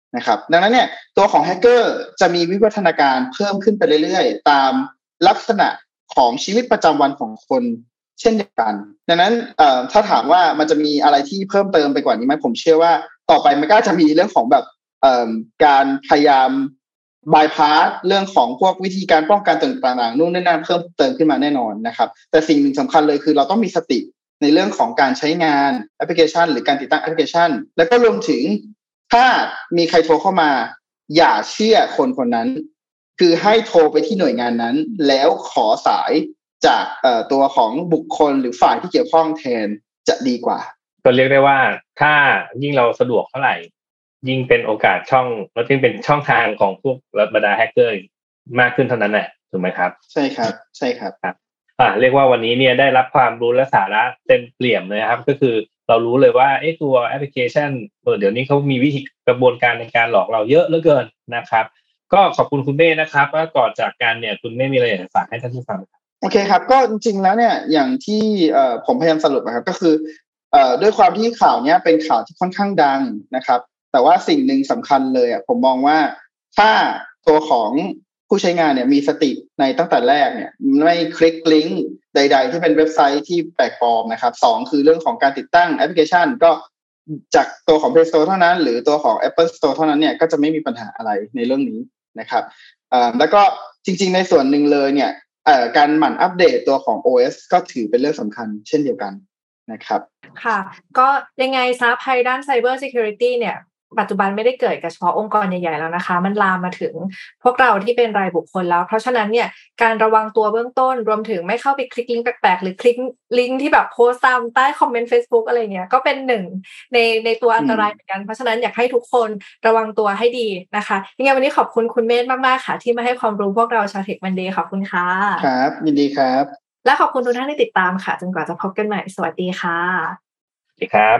นะครับดังนั้นเนี่ยตัวของแฮกเกอร์จะมีวิวัฒนาการเพิ่มขึ้นไปเรื่อยๆตามลักษณะของชีวิตประจำวันของคนเช่นเดียวกันดังนั้นเอ่อถ้าถามว่ามันจะมีอะไรที่เพิ่มเติมไปกว่านี้ไหมผมเชื่อว่าต่อไปมันก็จะมีเรื่องของแบบเอ่อการพยายามบายพาสเรื่องของพวกวิธีการป้องกันต่างๆนู่นนี่นั่นเพิ่มเติมขึ้นมาแน่นอนนะครับแต่สิ่งหนึ่งสำคัญเลยคือเราต้องมีสติในเรื่องของการใช้งานแอปพลิเคชันหรือการติดตั้งแอปพลิเคชันแล้วก็รวมถึงถ้ามีใครโทรเข้ามาอย่าเชื่อคนคนนั้นคือให้โทรไปที่หน่วยงานนั้นแล้วขอสายจากเอ่อตัวของบุคคลหรือฝ่ายที่เกี่ยวข้องแทนจะดีกว่าก็เรียกได้ว่าถ้ายิ่งเราสะดวกเท่าไหร่ยิ่งเป็นโอกาสช่องแล้วยิ่งเป็นช่องทางของพวกบรรดาแฮกเกอร์มากขึ้นเท่านั้นแหละถูกไหมครับใช่ครับใช่ครับครับอ่าเรียกว่าวันนี้เนี่ยได้รับความรู้และสาระเต็มเปี่ยมเลยครับก็คือเรารู้เลยว่าไอ้ตัวแอปพลิเคชันเดี๋ยวนี้เขามีวิธีกระบวนการในการหลอกเราเยอะเหลือเกินนะครับก็ขอบคุณคุณเม่นะครับว่าก่อนจากกันเนี่ยคุณเม่มีอะไรอยากจะฝากให้ท่านผู้ฟังโอเคครับก็จริงๆแล้วเนี่ยอย่างที่เอ่อผมพยายามสรุปนะครับก็คือเอ่อด้วยความที่ข่าวเนี้ยเป็นข่าวที่ค่อนข้างดังนะครับแต่ว่าสิ่งหนึ่งสำคัญเลยอ่ะผมมองว่าถ้าตัวของผู้ใช้งานเนี่ยมีสติในตั้งแต่แรกเนี่ยไม่คลิกลิงก์ใดๆที่เป็นเว็บไซต์ที่แปลกปลอมนะครับสองคือเรื่องของการติดตั้งแอปพลิเคชันก็จากตัวของ Play Store เท่านั้นหรือตัวของ Apple Store เท่านั้นเนี่ยก็จะไม่มีปัญหาอะไรในเรื่องนี้นะครับอ่าแล้วก็จริงๆในส่วนหนึ่งเลยเนี่ยเอ่อการหมั่นอัปเดตตัวของ โอ เอส ก็ถือเป็นเรื่องสำคัญเช่นเดียวกันนะครับค่ะก็ยังไงซะภัยด้าน Cyber Security เนี่ยปัจจุบันไม่ได้เกิดกับเฉพาะองค์กรใหญ่ๆแล้วนะคะมันลามมาถึงพวกเราที่เป็นรายบุคคลแล้วเพราะฉะนั้นเนี่ยการระวังตัวเบื้องต้นรวมถึงไม่เข้าไปคลิกลิงก์แปลกๆหรือคลิกลิงก์ที่แบบโพสต์ตามใต้คอมเมนต์ Facebook อะไรเงี้ยก็เป็นหนึ่งในในตัวอันตรายเหมือนกันเพราะฉะนั้นอยากให้ทุกคนระวังตัวให้ดีนะคะยังไงวันนี้ขอบคุณคุณเมธมากๆค่ะที่มาให้ความรู้พวกเราชาว Tech Monday ขอบคุณค่ะครับยินดีครับและขอบคุณทุกท่านที่ติดตามค่ะจนกว่าจะพบกันใหม่สวัสดีค่ะสวัสดีครับ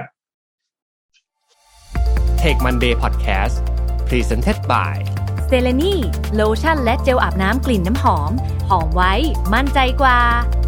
Tech Monday Podcast Presented by เซเลนีโลชั่นและเจลอาบน้ำกลิ่นน้ำหอมหอมไว้มั่นใจกว่า